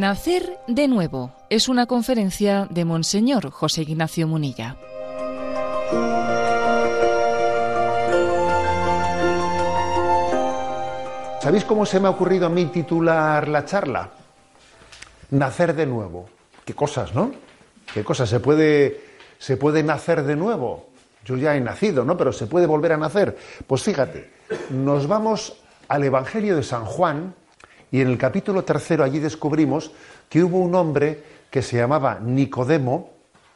Nacer de nuevo es una conferencia de Monseñor José Ignacio Munilla. ¿Sabéis cómo se me ha ocurrido a mí titular la charla? Nacer de nuevo. Qué cosas, ¿no? Qué cosas. Se puede nacer de nuevo. Yo ya he nacido, ¿no? Pero se puede volver a nacer. Pues fíjate, nos vamos al Evangelio de San Juan y en el capítulo 3 allí descubrimos que hubo un hombre que se llamaba Nicodemo,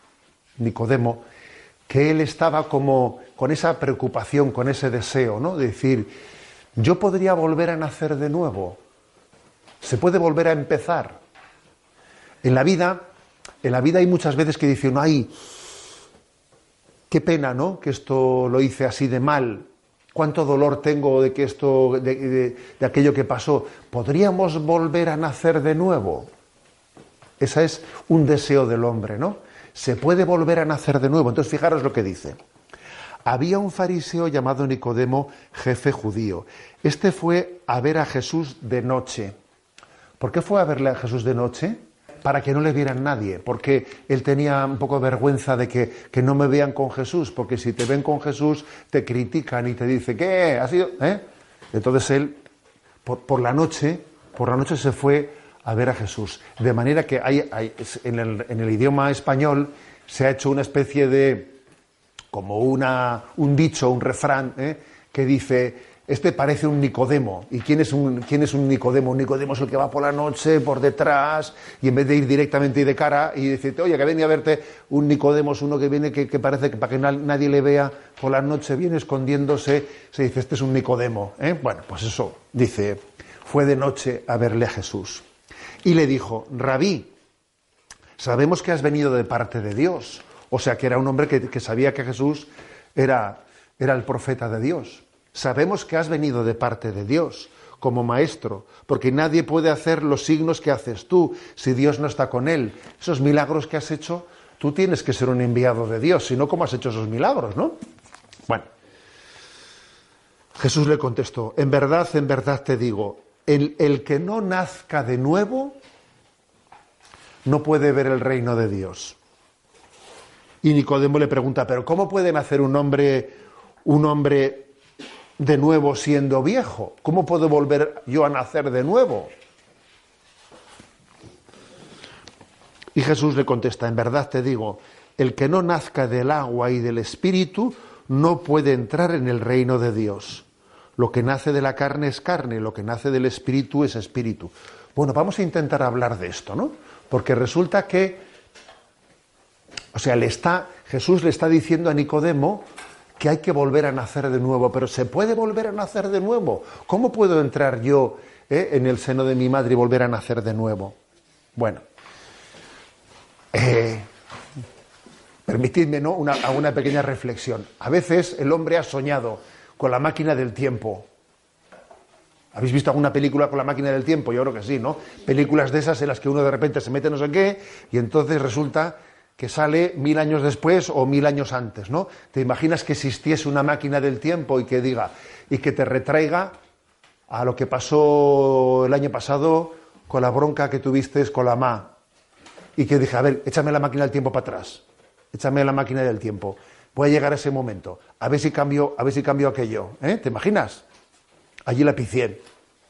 que él estaba como con esa preocupación, con ese deseo, ¿no? De decir, yo podría volver a nacer de nuevo. Se puede volver a empezar. En la vida hay muchas veces que dicen, ay, qué pena, ¿no? Que esto lo hice así de mal. Cuánto dolor tengo de que esto, de aquello que pasó. ¿Podríamos volver a nacer de nuevo? Ese es un deseo del hombre, ¿no? Se puede volver a nacer de nuevo. Entonces, fijaros lo que dice. Había un fariseo llamado Nicodemo, jefe judío. Este fue a ver a Jesús de noche. ¿Por qué fue a verle a Jesús de noche? Para que no le vieran nadie, porque él tenía un poco de vergüenza de que no me vean con Jesús, porque si te ven con Jesús te critican y te dicen, ¿qué? ¿Ha sido? Entonces él, por la noche se fue a ver a Jesús. De manera que en el idioma español se ha hecho una especie de, como un dicho, un refrán, que dice, este parece un Nicodemo. ¿Y quién es un Nicodemo? Un Nicodemo es el que va por la noche, por detrás, y en vez de ir directamente y de cara, y decirte, oye, que venía a verte, un Nicodemo es uno que viene, que parece que para que nadie le vea por la noche, viene escondiéndose, se dice, este es un Nicodemo. Bueno, pues eso, dice, fue de noche a verle a Jesús. Y le dijo, Rabí, sabemos que has venido de parte de Dios. O sea, que era un hombre que sabía que Jesús era el profeta de Dios. Sabemos que has venido de parte de Dios como maestro, porque nadie puede hacer los signos que haces tú si Dios no está con él. Esos milagros que has hecho, tú tienes que ser un enviado de Dios, si no, ¿cómo has hecho esos milagros, no? Bueno, Jesús le contestó, en verdad te digo, el que no nazca de nuevo no puede ver el reino de Dios. Y Nicodemo le pregunta, ¿pero cómo puede nacer un hombre de nuevo siendo viejo? ¿Cómo puedo volver yo a nacer de nuevo? Y Jesús le contesta, en verdad te digo, el que no nazca del agua y del espíritu no puede entrar en el reino de Dios. Lo que nace de la carne es carne, lo que nace del espíritu es espíritu. Bueno, vamos a intentar hablar de esto, ¿no? Porque resulta que, Jesús le está diciendo a Nicodemo que hay que volver a nacer de nuevo, pero ¿se puede volver a nacer de nuevo? ¿Cómo puedo entrar yo en el seno de mi madre y volver a nacer de nuevo? Bueno, permitidme, ¿no?, una pequeña reflexión. A veces el hombre ha soñado con la máquina del tiempo. ¿Habéis visto alguna película con la máquina del tiempo? Yo creo que sí, ¿no? Películas de esas en las que uno de repente se mete no sé qué y entonces resulta que sale 1000 años después o 1000 años antes, ¿no? ¿Te imaginas que existiese una máquina del tiempo y que diga, y que te retraiga a lo que pasó el año pasado con la bronca que tuviste con la ma? Y que dije, a ver, échame la máquina del tiempo para atrás, échame la máquina del tiempo, voy a llegar a ese momento, a ver si cambio aquello, ¿te imaginas? Allí la picié.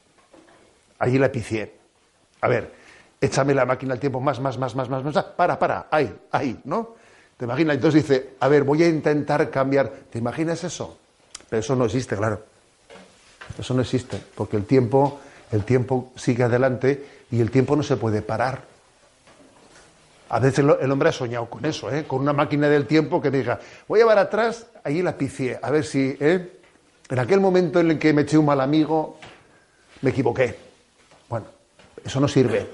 A ver, échame la máquina del tiempo más, para, ahí, ¿no? ¿Te imaginas? Entonces dice, a ver, voy a intentar cambiar. ¿Te imaginas eso? Pero eso no existe, claro. Eso no existe, porque el tiempo sigue adelante y el tiempo no se puede parar. A veces el hombre ha soñado con eso, con una máquina del tiempo que diga, voy a llevar atrás, allí la picié, a ver si, en aquel momento en el que me eché un mal amigo, me equivoqué. Bueno, eso no sirve.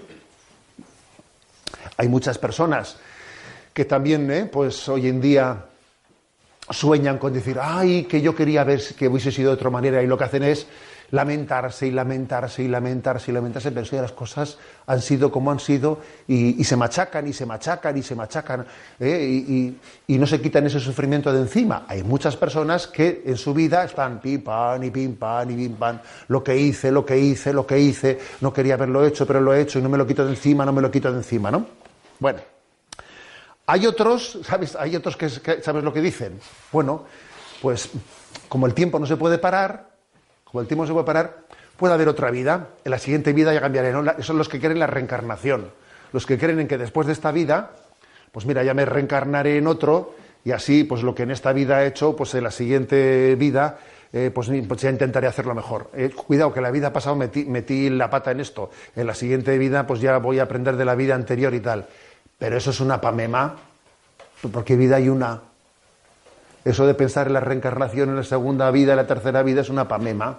Hay muchas personas que también, pues hoy en día sueñan con decir, ay, que yo quería ver que hubiese sido de otra manera, y lo que hacen es lamentarse y lamentarse y lamentarse y lamentarse, pero si las cosas han sido como han sido y se machacan y se machacan y se machacan y no se quitan ese sufrimiento de encima. Hay muchas personas que en su vida están pim pam y pim pam y pim pam, lo que hice, no quería haberlo hecho, pero lo he hecho y no me lo quito de encima, ¿no? Bueno, hay otros, ¿sabes? Hay otros que ¿sabes lo que dicen? Bueno, pues como el tiempo no se puede parar, puede haber otra vida, en la siguiente vida ya cambiaré, ¿no? Esos son los que creen en la reencarnación, los que creen en que después de esta vida, pues mira, ya me reencarnaré en otro, y así, pues lo que en esta vida he hecho, pues en la siguiente vida, pues ya intentaré hacerlo mejor. Cuidado, que la vida pasada metí la pata en esto, en la siguiente vida, pues ya voy a aprender de la vida anterior y tal. Pero eso es una pamema, porque vida hay una. Eso de pensar en la reencarnación, en la segunda vida, en la tercera vida, es una pamema.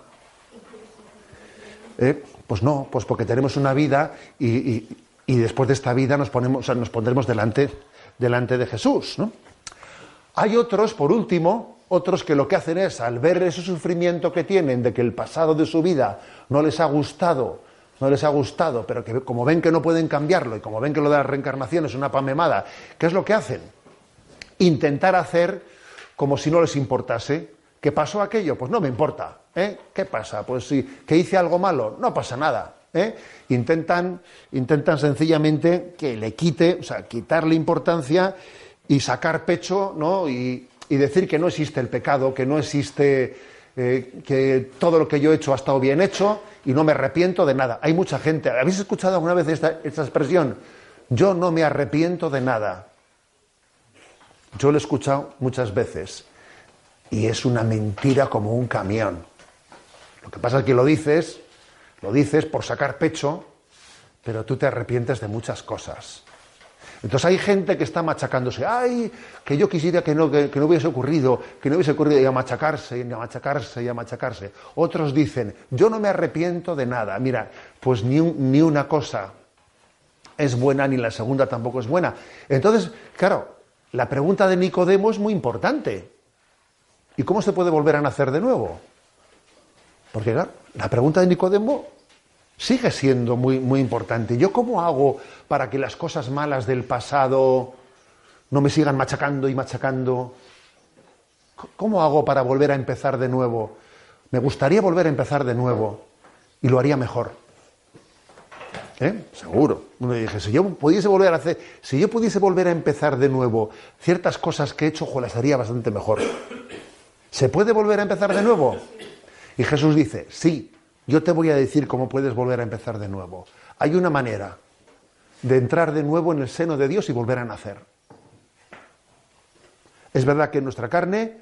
Pues no, pues porque tenemos una vida y después de esta vida nos pondremos delante de Jesús, ¿no? Hay otros, por último, que lo que hacen es, al ver ese sufrimiento que tienen de que el pasado de su vida no les ha gustado, pero que como ven que no pueden cambiarlo y como ven que lo de la reencarnación es una pamemada, ¿qué es lo que hacen? Intentar hacer como si no les importase. ¿Qué pasó aquello? Pues no me importa. ¿Qué pasa? Pues sí, que hice algo malo, no pasa nada. Intentan sencillamente que le quitarle importancia y sacar pecho, ¿no? Y decir que no existe el pecado, que no existe, que todo lo que yo he hecho ha estado bien hecho y no me arrepiento de nada. Hay mucha gente, ¿habéis escuchado alguna vez esta expresión? Yo no me arrepiento de nada. Yo lo he escuchado muchas veces y es una mentira como un camión. Lo que pasa es que lo dices por sacar pecho, pero tú te arrepientes de muchas cosas. Entonces hay gente que está machacándose. ¡Ay! Que yo quisiera que no hubiese ocurrido, y a machacarse. Otros dicen, yo no me arrepiento de nada. Mira, pues ni una cosa es buena, ni la segunda tampoco es buena. Entonces, claro, la pregunta de Nicodemo es muy importante. ¿Y cómo se puede volver a nacer de nuevo? Porque claro, la pregunta de Nicodemo sigue siendo muy, muy importante. ¿Yo cómo hago para que las cosas malas del pasado no me sigan machacando y machacando? ¿Cómo hago para volver a empezar de nuevo? Me gustaría volver a empezar de nuevo y lo haría mejor. Seguro. Uno dije, si yo pudiese volver a empezar de nuevo ciertas cosas que he hecho, las haría bastante mejor. ¿Se puede volver a empezar de nuevo? Y Jesús dice, sí, yo te voy a decir cómo puedes volver a empezar de nuevo. Hay una manera de entrar de nuevo en el seno de Dios y volver a nacer. Es verdad que nuestra carne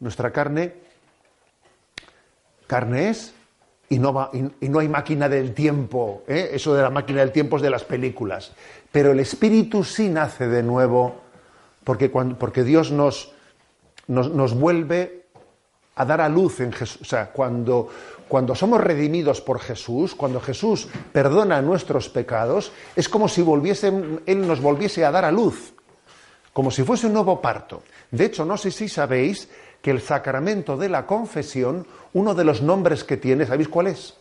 es, y no hay máquina del tiempo, eso de la máquina del tiempo es de las películas, pero el espíritu sí nace de nuevo, porque Dios nos vuelve a dar a luz en Jesús. O sea, cuando somos redimidos por Jesús, cuando Jesús perdona nuestros pecados, es como si Él nos volviese a dar a luz, como si fuese un nuevo parto. De hecho, no sé si sabéis que el sacramento de la confesión, uno de los nombres que tiene, ¿sabéis cuál es?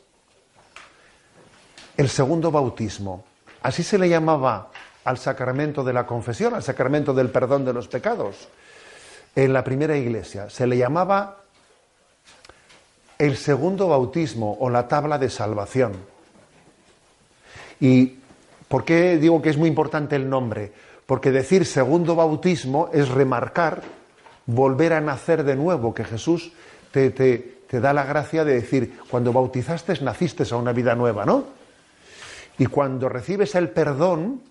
El segundo bautismo. Así se le llamaba al sacramento de la confesión, al sacramento del perdón de los pecados. En la primera iglesia se le llamaba el segundo bautismo o la tabla de salvación. ¿Y por qué digo que es muy importante el nombre? Porque decir segundo bautismo es remarcar, volver a nacer de nuevo, que Jesús te da la gracia de decir, cuando bautizaste naciste a una vida nueva, ¿no? Y cuando recibes el perdón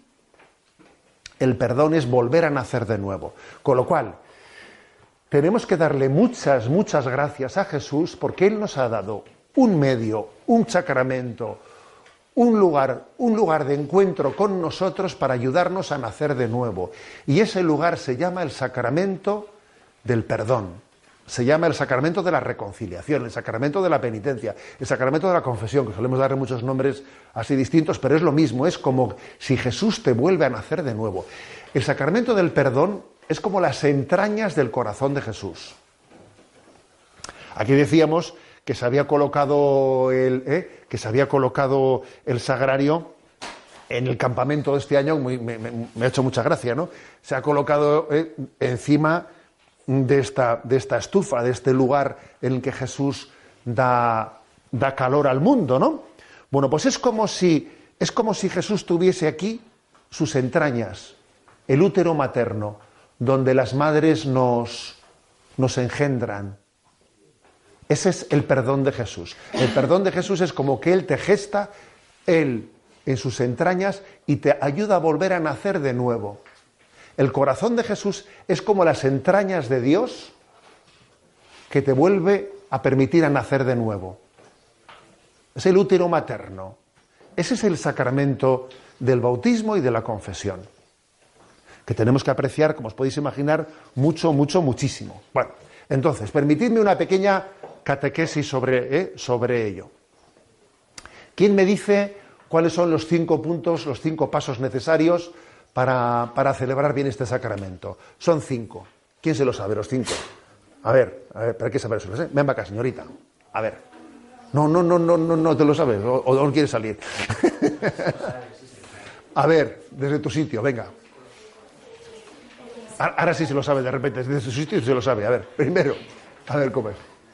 es volver a nacer de nuevo. Con lo cual, tenemos que darle muchas, muchas gracias a Jesús porque Él nos ha dado un medio, un sacramento, un lugar de encuentro con nosotros para ayudarnos a nacer de nuevo. Y ese lugar se llama el sacramento del perdón, se llama el sacramento de la reconciliación, el sacramento de la penitencia, el sacramento de la confesión, que solemos darle muchos nombres así distintos, pero es lo mismo, es como si Jesús te vuelve a nacer de nuevo. El sacramento del perdón es como las entrañas del corazón de Jesús. Aquí decíamos que se había colocado que se había colocado el sagrario en el campamento de este año, me ha hecho mucha gracia, ¿no? Se ha colocado encima de esta estufa, de este lugar en el que Jesús da calor al mundo, ¿no? Bueno, pues es como si Jesús tuviese aquí sus entrañas, el útero materno, donde las madres nos engendran. Ese es el perdón de Jesús. El perdón de Jesús es como que Él te gesta, Él en sus entrañas, y te ayuda a volver a nacer de nuevo. El corazón de Jesús es como las entrañas de Dios que te vuelve a permitir a nacer de nuevo. Es el útero materno. Ese es el sacramento del bautismo y de la confesión, que tenemos que apreciar, como os podéis imaginar, mucho, muchísimo. Bueno, entonces, permitidme una pequeña catequesis sobre ello. ¿Quién me dice cuáles son los 5 puntos, los 5 pasos necesarios para celebrar bien este sacramento? Son 5. ¿Quién se lo sabe, los 5? A ver, ¿para qué sabérselos? Ven para acá, señorita. A ver. No te lo sabes, o no quieres salir. A ver, desde tu sitio, venga. Ahora sí se lo sabe de repente, desde su sitio se lo sabe. A ver, primero, a ver cómo es.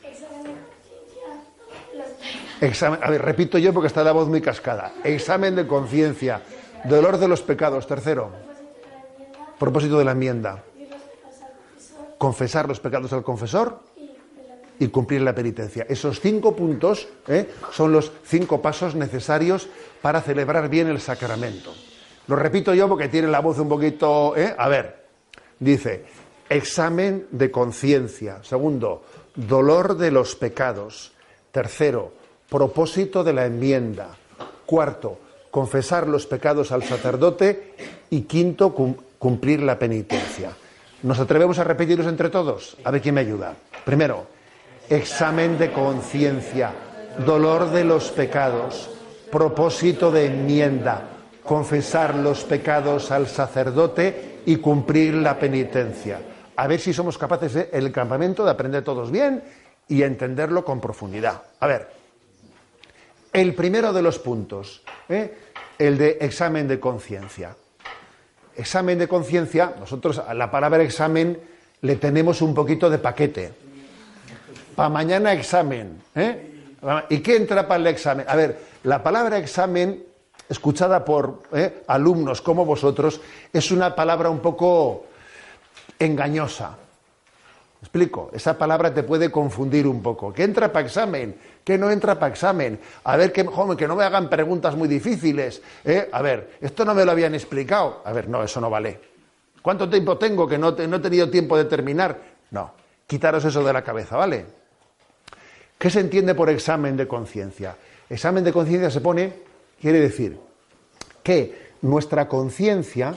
Examen, a ver, repito yo porque está la voz muy cascada. Examen de conciencia, dolor de los pecados. Tercero, propósito de la enmienda. Confesar los pecados al confesor y cumplir la penitencia. Esos 5 puntos son los 5 pasos necesarios para celebrar bien el sacramento. Lo repito yo porque tiene la voz un poquito... A ver, dice, examen de conciencia. Segundo, dolor de los pecados. Tercero, propósito de la enmienda. Cuarto, confesar los pecados al sacerdote. Y quinto, cumplir la penitencia. ¿Nos atrevemos a repetirlos entre todos? A ver quién me ayuda. Primero, examen de conciencia, dolor de los pecados, propósito de enmienda, confesar los pecados al sacerdote y cumplir la penitencia. A ver si somos capaces en el campamento de aprender todos bien y entenderlo con profundidad. A ver, el primero de los puntos, el de examen de conciencia. Examen de conciencia, nosotros a la palabra examen le tenemos un poquito de paquete. Para mañana examen. ¿Y qué entra para el examen? A ver, la palabra examen, escuchada por alumnos como vosotros, es una palabra un poco engañosa. ¿Me explico? Esa palabra te puede confundir un poco. ¿Qué entra para examen? ¿Qué no entra para examen? A ver, que no me hagan preguntas muy difíciles. A ver, esto no me lo habían explicado. A ver, no, eso no vale. ¿Cuánto tiempo tengo que no he tenido tiempo de terminar? No, quitaros eso de la cabeza, ¿vale? ¿Qué se entiende por examen de conciencia? Examen de conciencia quiere decir que nuestra conciencia,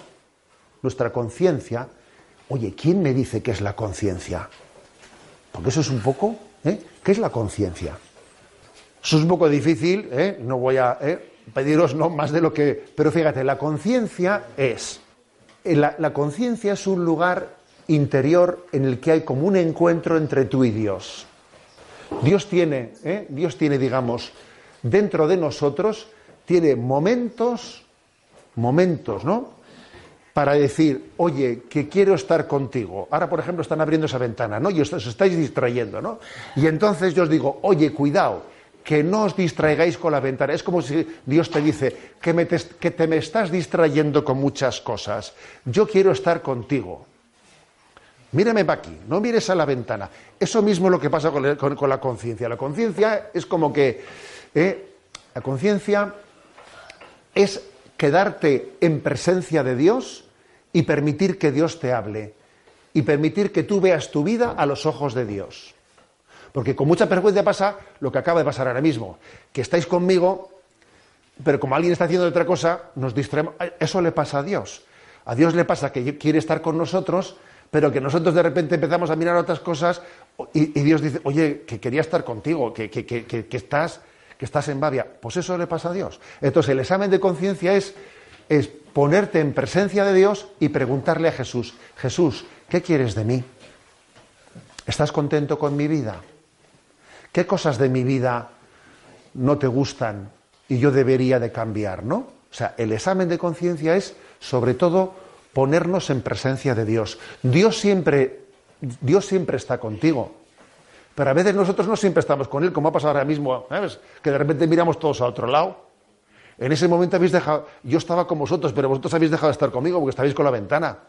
oye, ¿quién me dice qué es la conciencia? Porque eso es un poco, ¿qué es la conciencia? Eso es un poco difícil, no voy a pediros más de lo que... Pero fíjate, la conciencia es un lugar interior en el que hay como un encuentro entre tú y Dios. Dios tiene, digamos, dentro de nosotros, tiene momentos, ¿no?, para decir, oye, que quiero estar contigo. Ahora, por ejemplo, están abriendo esa ventana, ¿no? Y os estáis distrayendo, ¿no? Y entonces yo os digo, oye, cuidado, que no os distraigáis con la ventana. Es como si Dios te dice, que me estás distrayendo con muchas cosas. Yo quiero estar contigo. Mírame para aquí, no mires a la ventana. Eso mismo es lo que pasa con la conciencia. La conciencia es como que... la conciencia es quedarte en presencia de Dios y permitir que Dios te hable. Y permitir que tú veas tu vida a los ojos de Dios. Porque con mucha frecuencia pasa lo que acaba de pasar ahora mismo. Que estáis conmigo, pero como alguien está haciendo otra cosa, nos distraemos. Eso le pasa a Dios. A Dios le pasa que quiere estar con nosotros, pero que nosotros de repente empezamos a mirar otras cosas y Dios dice, oye, que quería estar contigo, que estás en Bavia. Pues eso le pasa a Dios. Entonces el examen de conciencia es ponerte en presencia de Dios y preguntarle a Jesús, Jesús, ¿qué quieres de mí? ¿Estás contento con mi vida? ¿Qué cosas de mi vida no te gustan y yo debería de cambiar, ¿no? O sea, el examen de conciencia es, sobre todo, ponernos en presencia de Dios. Dios siempre está contigo, pero a veces nosotros no siempre estamos con Él, como ha pasado ahora mismo, ¿sabes? Que de repente miramos todos a otro lado. En ese momento habéis dejado, yo estaba con vosotros, pero vosotros habéis dejado de estar conmigo porque estabais con la ventana.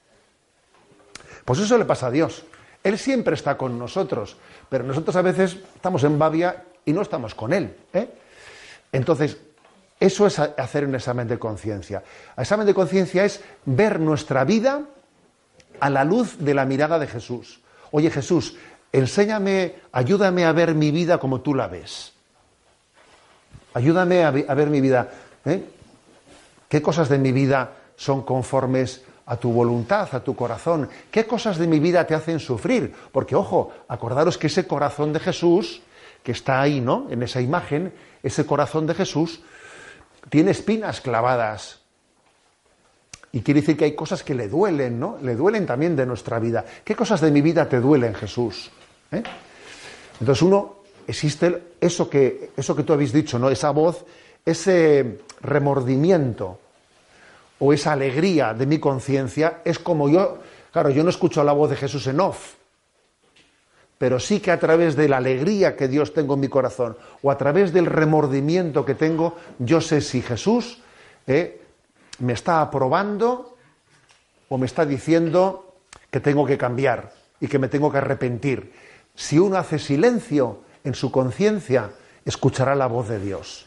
Pues eso le pasa a Dios. Él siempre está con nosotros, pero nosotros a veces estamos en babia y no estamos con Él, ¿eh? Entonces, eso es hacer un examen de conciencia. El examen de conciencia es ver nuestra vida a la luz de la mirada de Jesús. Oye, Jesús, enséñame, ayúdame a ver mi vida como tú la ves. Ayúdame a ver mi vida. ¿Qué cosas de mi vida son conformes a tu voluntad, a tu corazón? ¿Qué cosas de mi vida te hacen sufrir? Porque, ojo, acordaros que ese corazón de Jesús, que está ahí, ¿no?, en esa imagen, ese corazón de Jesús tiene espinas clavadas. Y quiere decir que hay cosas que le duelen, ¿no? Le duelen también de nuestra vida. ¿Qué cosas de mi vida te duelen, Jesús? Entonces existe eso que tú habéis dicho, ¿no? Esa voz, ese remordimiento o esa alegría de mi conciencia es como yo no escucho la voz de Jesús en off, pero sí que a través de la alegría que Dios tengo en mi corazón o a través del remordimiento que tengo, yo sé si Jesús me está aprobando o me está diciendo que tengo que cambiar y que me tengo que arrepentir. Si uno hace silencio en su conciencia, escuchará la voz de Dios.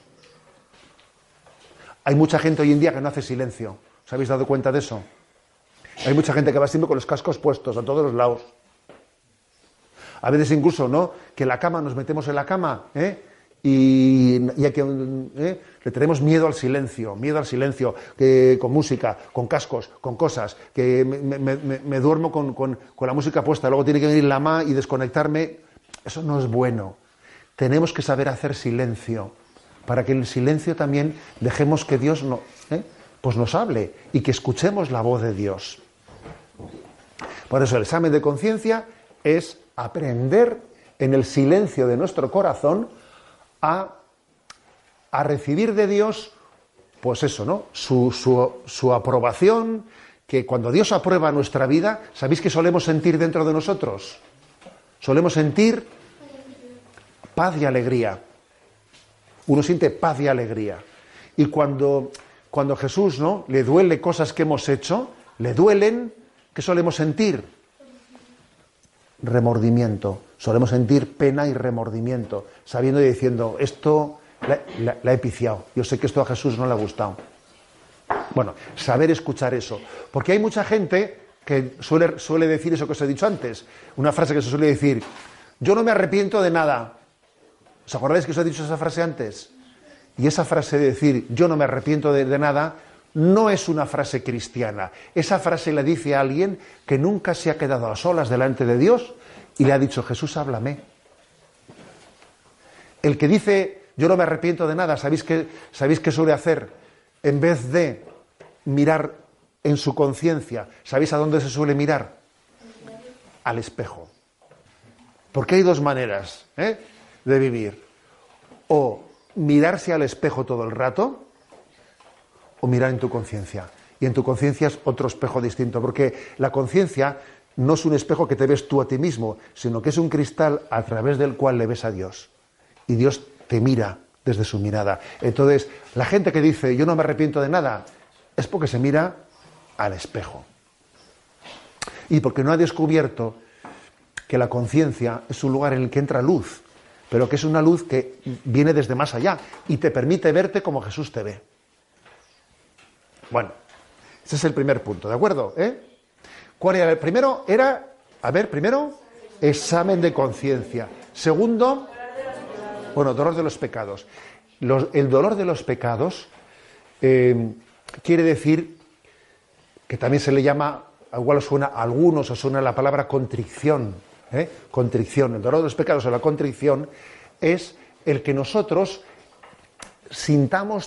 Hay mucha gente hoy en día que no hace silencio. ¿Os habéis dado cuenta de eso? Hay mucha gente que va siempre con los cascos puestos a todos los lados. A veces incluso, ¿no?, que en la cama nos metemos en la cama, y hay que, le tenemos miedo al silencio, que con música, con cascos, con cosas, que me duermo con la música puesta, luego tiene que venir la mamá y desconectarme. Eso no es bueno. Tenemos que saber hacer silencio, para que en el silencio también dejemos que Dios pues nos hable y que escuchemos la voz de Dios. Por eso el examen de conciencia es aprender en el silencio de nuestro corazón a recibir de Dios, pues eso, ¿no?, su aprobación, que cuando Dios aprueba nuestra vida, ¿sabéis qué solemos sentir dentro de nosotros? Solemos sentir paz y alegría. Uno siente paz y alegría. Y cuando Jesús, ¿no?, le duele cosas que hemos hecho, le duelen, ¿qué solemos sentir? Remordimiento. Solemos sentir pena y remordimiento, sabiendo y diciendo, esto la he piciado. Yo sé que esto a Jesús no le ha gustado. Bueno, saber escuchar eso. Porque hay mucha gente que suele decir eso que os he dicho antes. Una frase que se suele decir, yo no me arrepiento de nada. ¿Os acordáis que os he dicho esa frase antes? Y esa frase de decir, yo no me arrepiento de nada, no es una frase cristiana. Esa frase la dice a alguien que nunca se ha quedado a solas delante de Dios y le ha dicho, Jesús, háblame. El que dice, yo no me arrepiento de nada, ¿sabéis qué suele hacer? En vez de mirar en su conciencia, ¿sabéis a dónde se suele mirar? Al espejo. Porque hay dos maneras de vivir. O mirarse al espejo todo el rato, o mirar en tu conciencia. Y en tu conciencia es otro espejo distinto, porque la conciencia no es un espejo que te ves tú a ti mismo, sino que es un cristal a través del cual le ves a Dios. Y Dios te mira desde su mirada. Entonces, la gente que dice, yo no me arrepiento de nada, es porque se mira al espejo. Y porque no ha descubierto que la conciencia es un lugar en el que entra luz, pero que es una luz que viene desde más allá y te permite verte como Jesús te ve. Bueno, ese es el primer punto, ¿de acuerdo? ¿Cuál era el primero? Primero, examen de conciencia. Segundo, dolor de los pecados. El dolor de los pecados quiere decir que también se le llama, igual a algunos os suena la palabra contrición. Contrición. El dolor de los pecados o la contrición es el que nosotros sintamos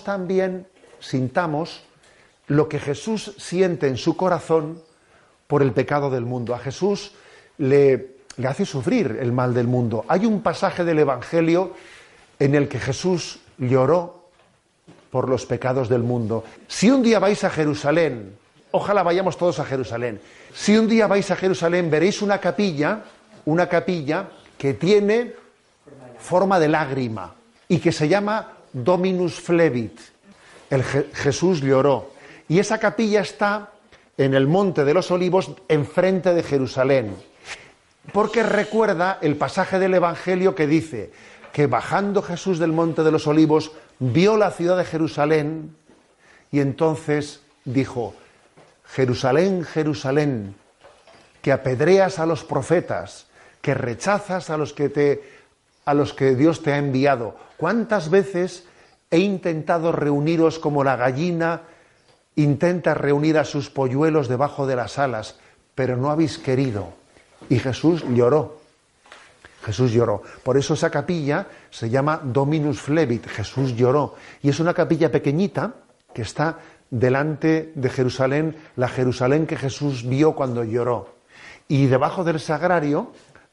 lo que Jesús siente en su corazón por el pecado del mundo. A Jesús le le hace sufrir el mal del mundo. Hay un pasaje del Evangelio en el que Jesús lloró por los pecados del mundo. Si un día vais a Jerusalén, ojalá vayamos todos a Jerusalén, si un día vais a Jerusalén veréis una capilla que tiene forma de lágrima y que se llama Dominus Flevit. Jesús lloró. Y esa capilla está en el Monte de los Olivos, enfrente de Jerusalén. Porque recuerda el pasaje del Evangelio que dice que bajando Jesús del Monte de los Olivos, vio la ciudad de Jerusalén y entonces dijo: Jerusalén, Jerusalén, que apedreas a los profetas, que rechazas a los que Dios te ha enviado. ¿Cuántas veces he intentado reuniros como la gallina intenta reunir a sus polluelos debajo de las alas, pero no habéis querido? Y Jesús lloró. Jesús lloró. Por eso esa capilla se llama Dominus Flevit. Jesús lloró. Y es una capilla pequeñita que está delante de Jerusalén, la Jerusalén que Jesús vio cuando lloró. Y debajo del sagrario,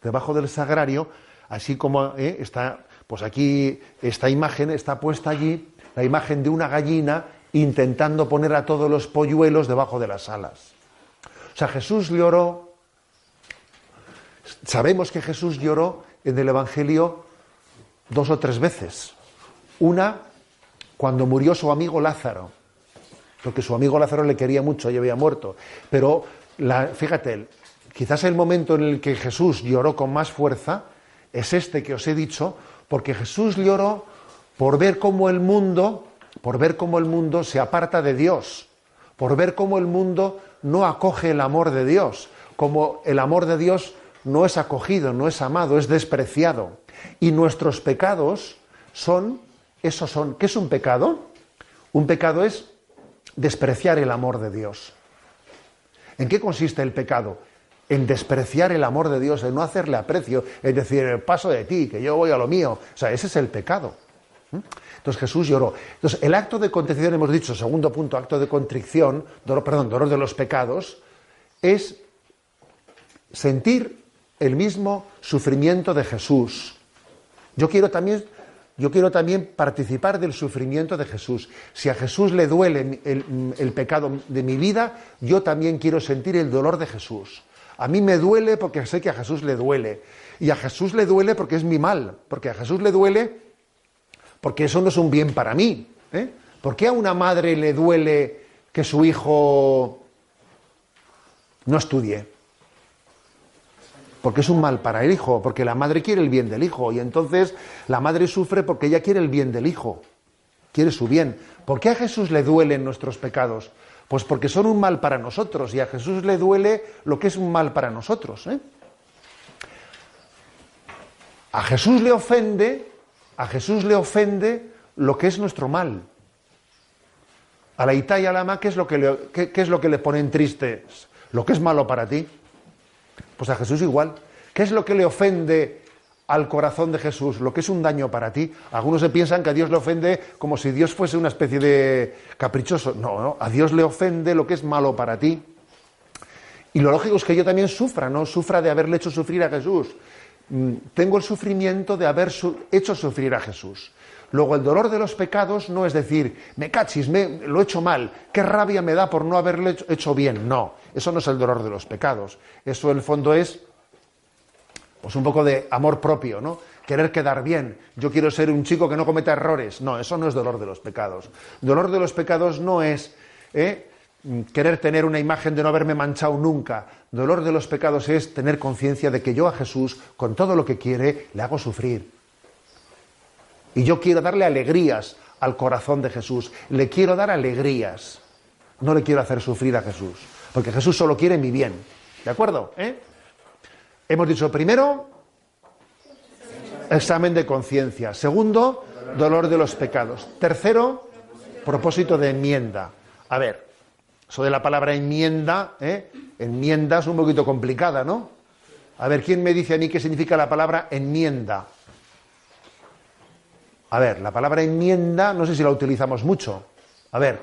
así como está, pues aquí esta imagen está puesta allí, la imagen de una gallina intentando poner a todos los polluelos debajo de las alas. O sea, Jesús lloró. Sabemos que Jesús lloró en el Evangelio 2 o 3 veces. Una, cuando murió su amigo Lázaro, porque su amigo Lázaro le quería mucho y había muerto. Pero, fíjate, quizás el momento en el que Jesús lloró con más fuerza es este que os he dicho, porque Jesús lloró por ver cómo el mundo se aparta de Dios, por ver cómo el mundo no acoge el amor de Dios, como el amor de Dios no es acogido, no es amado, es despreciado. Y nuestros pecados son. ¿Qué es un pecado? Un pecado es despreciar el amor de Dios. ¿En qué consiste el pecado? En despreciar el amor de Dios, en no hacerle aprecio, es decir, paso de ti, que yo voy a lo mío. O sea, ese es el pecado. Entonces Jesús lloró. Entonces el acto de contrición, hemos dicho, segundo punto, acto de contrición, dolor de los pecados, es sentir el mismo sufrimiento de Jesús. Yo quiero también participar del sufrimiento de Jesús. Si a Jesús le duele el pecado de mi vida, yo también quiero sentir el dolor de Jesús. A mí me duele porque sé que a Jesús le duele. Y a Jesús le duele porque es mi mal. Porque a Jesús le duele porque eso no es un bien para mí. ¿Por qué a una madre le duele que su hijo no estudie? Porque es un mal para el hijo, porque la madre quiere el bien del hijo, y entonces la madre sufre porque ella quiere el bien del hijo, quiere su bien. ¿Por qué a Jesús le duelen nuestros pecados? Pues porque son un mal para nosotros, y a Jesús le duele lo que es un mal para nosotros. A Jesús le ofende lo que es nuestro mal. A la Ita y a la Ma, ¿qué es lo que le ponen tristes? Lo que es malo para ti. Pues a Jesús igual. ¿Qué es lo que le ofende al corazón de Jesús? Lo que es un daño para ti. Algunos se piensan que a Dios le ofende como si Dios fuese una especie de caprichoso. No, a Dios le ofende lo que es malo para ti. Y lo lógico es que yo también sufra, ¿no? Sufra de haberle hecho sufrir a Jesús. Tengo el sufrimiento de haber hecho sufrir a Jesús. Luego, el dolor de los pecados no es decir, me cachis, lo he hecho mal, qué rabia me da por no haberle hecho bien. No, eso no es el dolor de los pecados. Eso, en el fondo, es pues un poco de amor propio, ¿no? Querer quedar bien. Yo quiero ser un chico que no cometa errores. No, eso no es dolor de los pecados. Dolor de los pecados no es querer tener una imagen de no haberme manchado nunca. Dolor de los pecados es tener conciencia de que yo a Jesús, con todo lo que quiere, le hago sufrir. Y yo quiero darle alegrías al corazón de Jesús. Le quiero dar alegrías. No le quiero hacer sufrir a Jesús. Porque Jesús solo quiere mi bien. ¿De acuerdo? Hemos dicho primero, examen de conciencia. Segundo, dolor de los pecados. Tercero, propósito de enmienda. A ver, eso de la palabra enmienda, enmienda es un poquito complicada, ¿no? A ver, ¿quién me dice a mí qué significa la palabra enmienda? A ver, la palabra enmienda, no sé si la utilizamos mucho. A ver.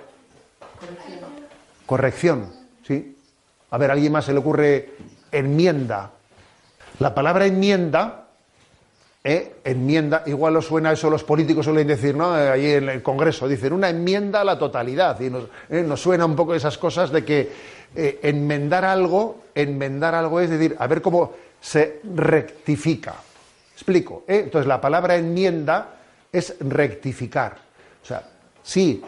Corrección, ¿sí? A ver, ¿a alguien más se le ocurre enmienda? La palabra enmienda, enmienda, igual os suena eso, los políticos suelen decir, ¿no? Ahí en el Congreso dicen una enmienda a la totalidad, y nos suena un poco esas cosas de que enmendar algo es decir, a ver cómo se rectifica. Explico, Entonces la palabra enmienda es rectificar. O sea, sí,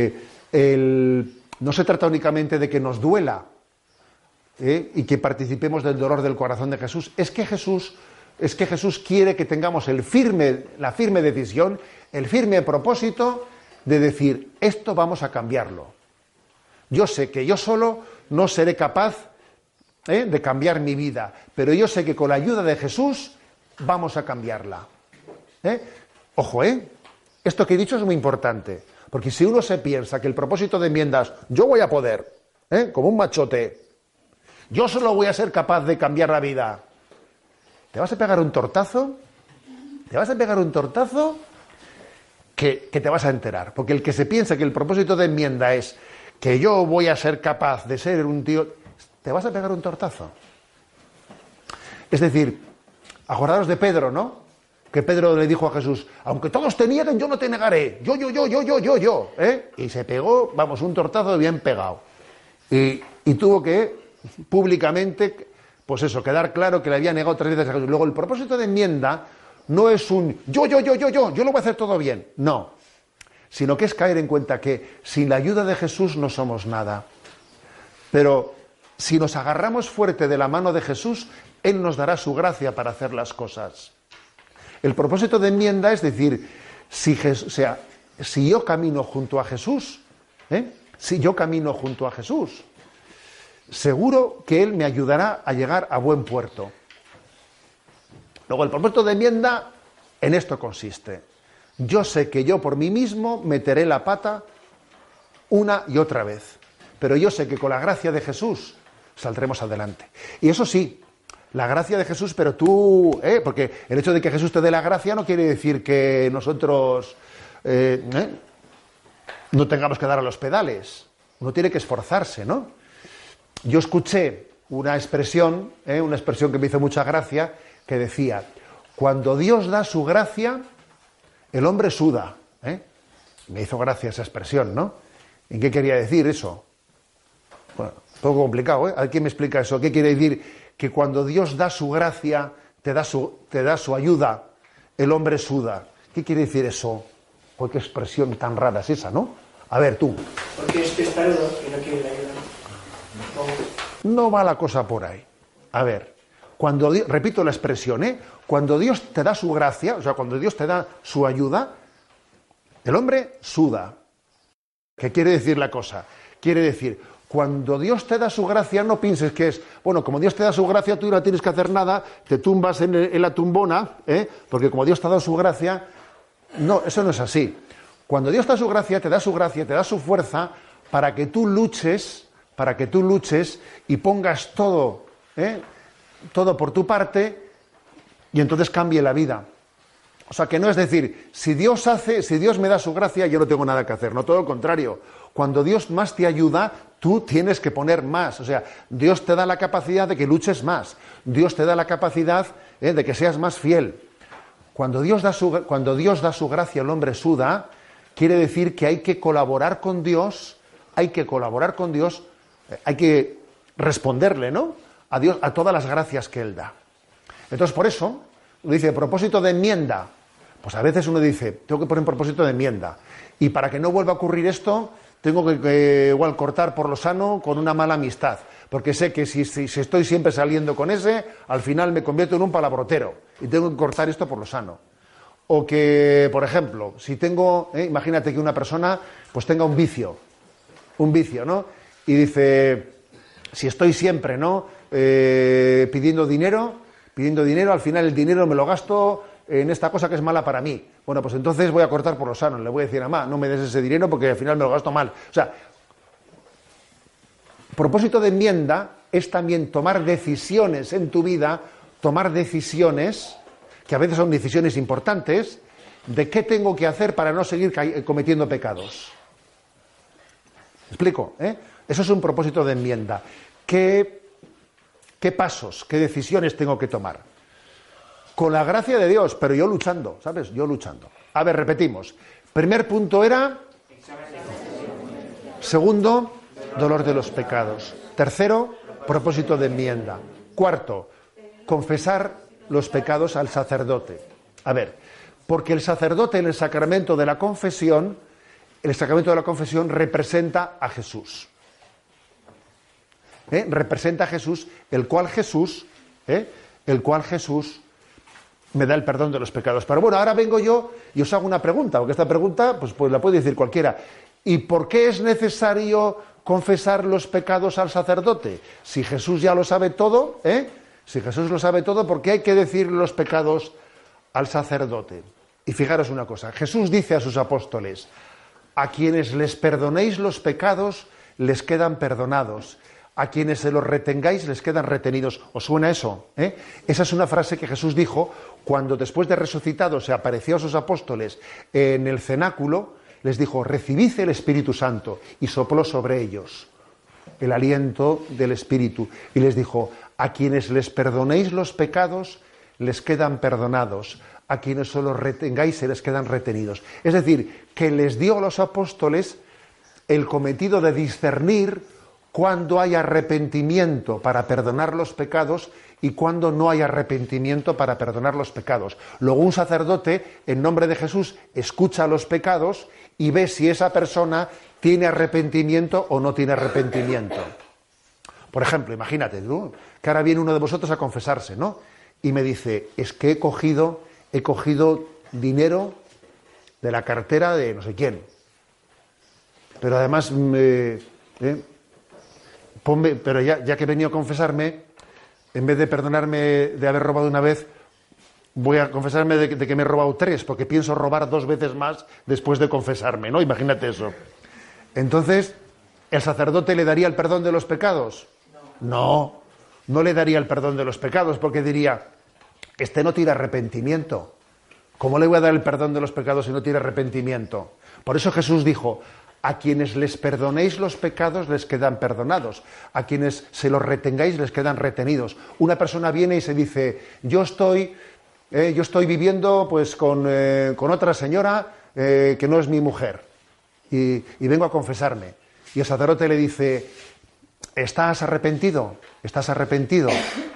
no se trata únicamente de que nos duela y que participemos del dolor del corazón de Jesús. Es que Jesús quiere que tengamos la firme decisión, el firme propósito de decir, esto vamos a cambiarlo. Yo sé que yo solo no seré capaz de cambiar mi vida, pero yo sé que con la ayuda de Jesús vamos a cambiarla. Ojo, esto que he dicho es muy importante, porque si uno se piensa que el propósito de enmiendas, yo voy a poder, como un machote, yo solo voy a ser capaz de cambiar la vida, te vas a pegar un tortazo que te vas a enterar, porque el que se piensa que el propósito de enmienda es que yo voy a ser capaz de ser un tío, te vas a pegar un tortazo. Es decir, acordaros de Pedro, ¿no? Que Pedro le dijo a Jesús, aunque todos te nieguen, yo no te negaré, yo, y se pegó, un tortazo bien pegado. Y tuvo que, públicamente, pues eso, quedar claro que le había negado 3 veces a Jesús. Luego, el propósito de enmienda no es un yo lo voy a hacer todo bien, no. Sino que es caer en cuenta que sin la ayuda de Jesús no somos nada. Pero si nos agarramos fuerte de la mano de Jesús, Él nos dará su gracia para hacer las cosas. El propósito de enmienda es decir, si yo camino junto a Jesús, seguro que Él me ayudará a llegar a buen puerto. Luego, el propósito de enmienda en esto consiste. Yo sé que yo por mí mismo meteré la pata una y otra vez, pero yo sé que con la gracia de Jesús saldremos adelante. Y eso sí, la gracia de Jesús, pero tú, porque el hecho de que Jesús te dé la gracia no quiere decir que nosotros no tengamos que dar a los pedales. Uno tiene que esforzarse, ¿no? Yo escuché una expresión que me hizo mucha gracia, que decía, cuando Dios da su gracia, el hombre suda. Me hizo gracia esa expresión, ¿no? ¿En qué quería decir eso? Bueno, un poco complicado, ¿eh? ¿Alguien me explica eso? ¿Qué quiere decir? Que cuando Dios da su gracia, te da su ayuda, el hombre suda. ¿Qué quiere decir eso? Qué expresión tan rara es esa, ¿no? A ver, tú. Porque es testarudo y no quiere la ayuda. No va la cosa por ahí. A ver, repito la expresión, cuando Dios te da su gracia, o sea, cuando Dios te da su ayuda, el hombre suda. ¿Qué quiere decir la cosa? Quiere decir, cuando Dios te da su gracia, no pienses que es, bueno, como Dios te da su gracia, tú no tienes que hacer nada, te tumbas en la tumbona, porque como Dios te ha dado su gracia, no, eso no es así. Cuando Dios te da su gracia, te da su fuerza para que tú luches y pongas todo por tu parte y entonces cambie la vida. O sea, que no es decir, si Dios me da su gracia, yo no tengo nada que hacer, no, todo lo contrario. Cuando Dios más te ayuda, tú tienes que poner más. O sea, Dios te da la capacidad de que luches más. Dios te da la capacidad de que seas más fiel. Cuando Dios da su gracia, el hombre suda, quiere decir que hay que colaborar con Dios, hay que responderle, ¿no? A Dios, a todas las gracias que Él da. Entonces, por eso, dice, propósito de enmienda. Pues a veces uno dice, tengo que poner propósito de enmienda. Y para que no vuelva a ocurrir esto, tengo que igual cortar por lo sano con una mala amistad. Porque sé que si estoy siempre saliendo con ese, al final me convierto en un palabrotero. Y tengo que cortar esto por lo sano. O que, por ejemplo, si tengo, imagínate que una persona pues tenga un vicio, ¿no? Y dice, si estoy siempre, ¿no? Pidiendo dinero, al final el dinero me lo gasto en esta cosa que es mala para mí. Bueno, pues entonces voy a cortar por lo sano. Le voy a decir a mamá, no me des ese dinero porque al final me lo gasto mal. O sea, propósito de enmienda es también tomar decisiones en tu vida, tomar decisiones, que a veces son decisiones importantes, de qué tengo que hacer para no seguir cometiendo pecados. ¿Me explico? Eso es un propósito de enmienda. ¿Qué pasos, qué decisiones tengo que tomar? Con la gracia de Dios, pero yo luchando, ¿sabes? Yo luchando. A ver, repetimos. Primer punto era... Segundo, dolor de los pecados. Tercero, propósito de enmienda. Cuarto, confesar los pecados al sacerdote. A ver, porque el sacerdote en el sacramento de la confesión representa a Jesús. Representa a Jesús, el cual Jesús me da el perdón de los pecados. Pero bueno, ahora vengo yo y os hago una pregunta, porque esta pregunta pues la puede decir cualquiera. ¿Y por qué es necesario confesar los pecados al sacerdote? Si Jesús ya lo sabe todo, Si Jesús lo sabe todo, ¿por qué hay que decir los pecados al sacerdote? Y fijaros una cosa, Jesús dice a sus apóstoles, a quienes les perdonéis los pecados, les quedan perdonados. A quienes se los retengáis, les quedan retenidos. ¿Os suena eso? Esa es una frase que Jesús dijo cuando después de resucitado se apareció a sus apóstoles en el cenáculo, les dijo, recibid el Espíritu Santo, y sopló sobre ellos el aliento del Espíritu. Y les dijo, a quienes les perdonéis los pecados, les quedan perdonados. A quienes se los retengáis, se les quedan retenidos. Es decir, que les dio a los apóstoles el cometido de discernir cuándo hay arrepentimiento para perdonar los pecados y cuándo no hay arrepentimiento para perdonar los pecados. Luego un sacerdote, en nombre de Jesús, escucha los pecados y ve si esa persona tiene arrepentimiento o no tiene arrepentimiento. Por ejemplo, imagínate tú, que ahora viene uno de vosotros a confesarse, ¿no? Y me dice, es que he cogido dinero de la cartera de no sé quién. Pero además pero ya que he venido a confesarme, en vez de perdonarme de haber robado una vez, voy a confesarme de que me he robado 3, porque pienso robar 2 veces más después de confesarme, ¿no? Imagínate eso. Entonces, ¿el sacerdote le daría el perdón de los pecados? No le daría el perdón de los pecados, porque diría, este no tiene arrepentimiento. ¿Cómo le voy a dar el perdón de los pecados si no tiene arrepentimiento? Por eso Jesús dijo, a quienes les perdonéis los pecados les quedan perdonados. A quienes se los retengáis les quedan retenidos. Una persona viene y se dice, yo estoy viviendo pues con otra señora que no es mi mujer y vengo a confesarme. Y el sacerdote le dice, ¿estás arrepentido? ¿Estás arrepentido?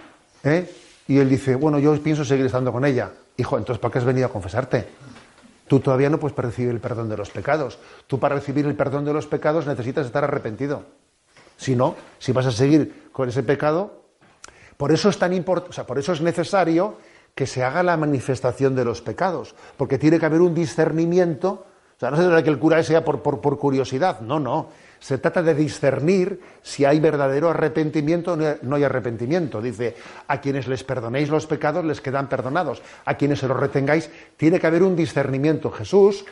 Y él dice, bueno, yo pienso seguir estando con ella. Hijo, entonces ¿para qué has venido a confesarte? Tú todavía no puedes recibir el perdón de los pecados. Tú para recibir el perdón de los pecados necesitas estar arrepentido. Si no, si vas a seguir con ese pecado, por eso es tan importante, por eso es necesario que se haga la manifestación de los pecados, porque tiene que haber un discernimiento. No se trata de que el cura sea por curiosidad, no. Se trata de discernir si hay verdadero arrepentimiento o no hay arrepentimiento. Dice, a quienes les perdonéis los pecados les quedan perdonados. A quienes se los retengáis, tiene que haber un discernimiento. Jesús,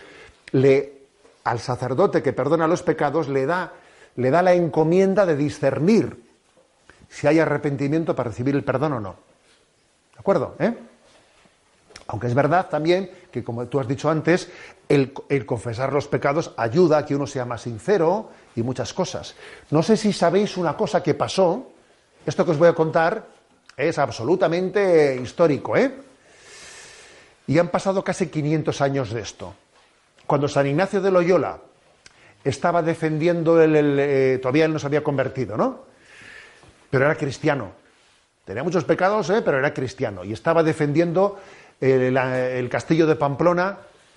al sacerdote que perdona los pecados, le da la encomienda de discernir si hay arrepentimiento para recibir el perdón o no. ¿De acuerdo? Aunque es verdad también que, como tú has dicho antes, el confesar los pecados ayuda a que uno sea más sincero y muchas cosas. No sé si sabéis una cosa que pasó. Esto que os voy a contar es absolutamente histórico, Y han pasado casi 500 años de esto. Cuando San Ignacio de Loyola estaba defendiendo, todavía él no se había convertido, ¿no? Pero era cristiano. Tenía muchos pecados, pero era cristiano. Y estaba defendiendo el castillo de Pamplona,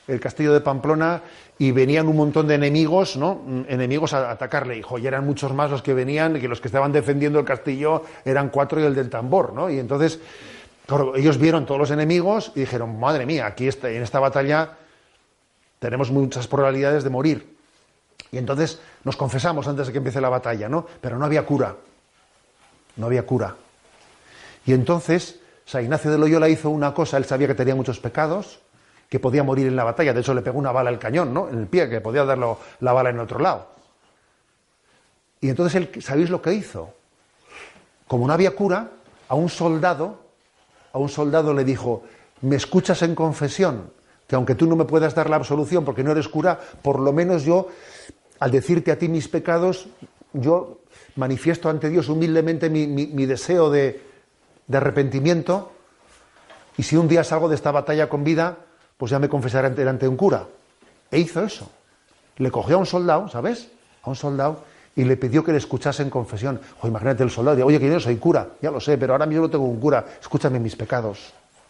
y venían un montón de enemigos, ¿no? Enemigos a atacarle. Y eran muchos más los que venían, que los que estaban defendiendo el castillo eran 4 y el del tambor, ¿no? Y entonces, claro, ellos vieron todos los enemigos y dijeron, madre mía, aquí en esta batalla tenemos muchas probabilidades de morir. Y entonces nos confesamos antes de que empiece la batalla, ¿no? Pero no había cura. No había cura. Y entonces San Ignacio de Loyola hizo una cosa, él sabía que tenía muchos pecados, que podía morir en la batalla, de hecho le pegó una bala al cañón, ¿no? En el pie, que podía dar la bala en otro lado. Y entonces él, ¿sabéis lo que hizo? Como no había cura, a un soldado le dijo, ¿me escuchas en confesión? Que aunque tú no me puedas dar la absolución porque no eres cura, por lo menos yo, al decirte a ti mis pecados, yo manifiesto ante Dios humildemente mi deseo de arrepentimiento. Y si un día salgo de esta batalla con vida, pues ya me confesaré delante de un cura. E hizo eso. Le cogió a un soldado, ¿sabes? A un soldado, y le pidió que le escuchase en confesión. Imagínate el soldado, oye, que yo soy cura, ya lo sé, pero ahora mismo no tengo un cura, escúchame mis pecados.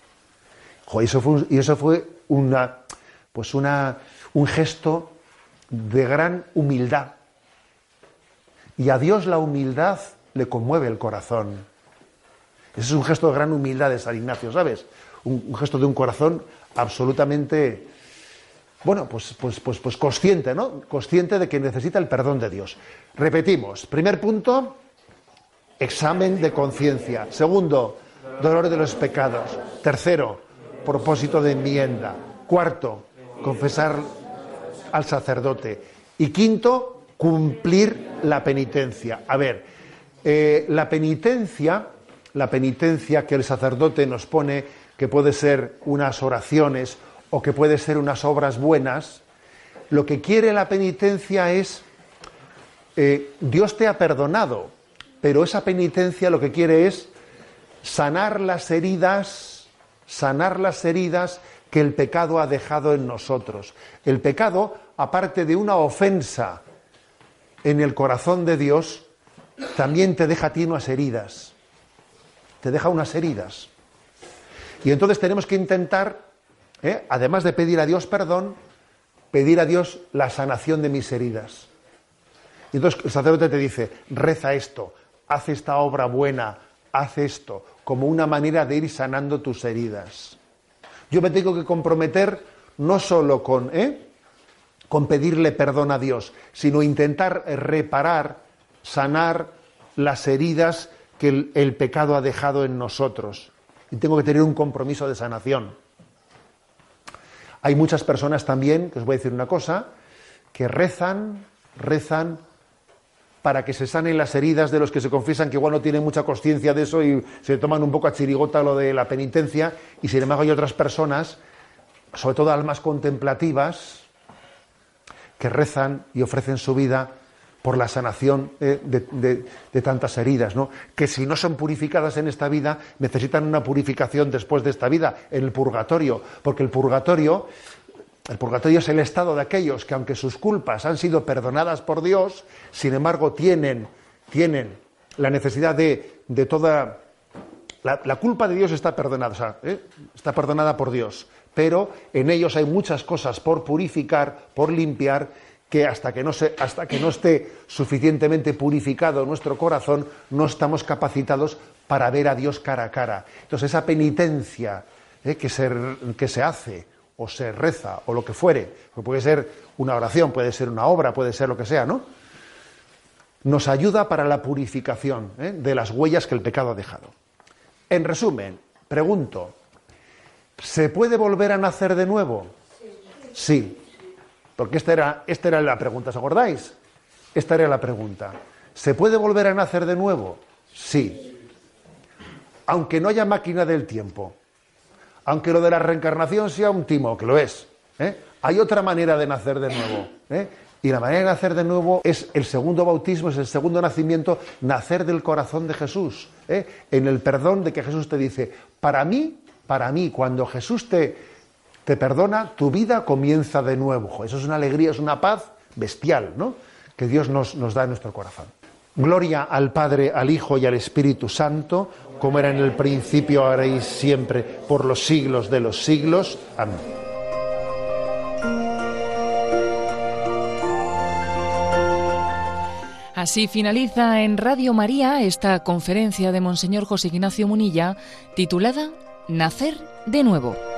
Eso fue un gesto de gran humildad. Y a Dios la humildad le conmueve el corazón. Ese es un gesto de gran humildad de San Ignacio, ¿sabes? Un gesto de un corazón absolutamente, pues consciente, ¿no? Consciente de que necesita el perdón de Dios. Repetimos. Primer punto, examen de conciencia. Segundo, dolor de los pecados. Tercero, propósito de enmienda. Cuarto, confesar al sacerdote. Y quinto, cumplir la penitencia. A ver, la penitencia que el sacerdote nos pone, que puede ser unas oraciones o que puede ser unas obras buenas, lo que quiere la penitencia es, Dios te ha perdonado, pero esa penitencia lo que quiere es sanar las heridas que el pecado ha dejado en nosotros. El pecado, aparte de una ofensa en el corazón de Dios, también te deja a ti unas heridas. Te deja unas heridas. Y entonces tenemos que intentar, además de pedir a Dios perdón, pedir a Dios la sanación de mis heridas. Y entonces el sacerdote te dice, reza esto, haz esta obra buena, haz esto, como una manera de ir sanando tus heridas. Yo me tengo que comprometer no solo con pedirle perdón a Dios, sino intentar reparar, sanar las heridas que el pecado ha dejado en nosotros. Y tengo que tener un compromiso de sanación. Hay muchas personas también, que os voy a decir una cosa, que rezan para que se sanen las heridas de los que se confiesan, que igual no tienen mucha consciencia de eso y se toman un poco a chirigota lo de la penitencia, y sin embargo hay otras personas, sobre todo almas contemplativas, que rezan y ofrecen su vida por la sanación de tantas heridas, ¿no? Que si no son purificadas en esta vida, necesitan una purificación después de esta vida, en el purgatorio, porque el purgatorio es el estado de aquellos que, aunque sus culpas han sido perdonadas por Dios, sin embargo tienen la necesidad de toda... La culpa de Dios está perdonada, o sea, está perdonada por Dios, pero en ellos hay muchas cosas por purificar, por limpiar, que hasta que no esté suficientemente purificado nuestro corazón, no estamos capacitados para ver a Dios cara a cara. Entonces esa penitencia que se hace, o se reza, o lo que fuere, que puede ser una oración, puede ser una obra, puede ser lo que sea, ¿no? Nos ayuda para la purificación de las huellas que el pecado ha dejado. En resumen, pregunto, ¿se puede volver a nacer de nuevo? Sí. Porque esta era la pregunta, ¿os acordáis? Esta era la pregunta. ¿Se puede volver a nacer de nuevo? Sí. Aunque no haya máquina del tiempo. Aunque lo de la reencarnación sea un timo, que lo es. Hay otra manera de nacer de nuevo. Y la manera de nacer de nuevo es el segundo bautismo, es el segundo nacimiento, nacer del corazón de Jesús. En el perdón de que Jesús te dice, para mí, cuando Jesús te perdona, tu vida comienza de nuevo. Eso es una alegría, es una paz bestial, ¿no? Que Dios nos da en nuestro corazón. Gloria al Padre, al Hijo y al Espíritu Santo, como era en el principio, ahora y siempre, por los siglos de los siglos. Amén. Así finaliza en Radio María esta conferencia de Monseñor José Ignacio Munilla, titulada Nacer de nuevo.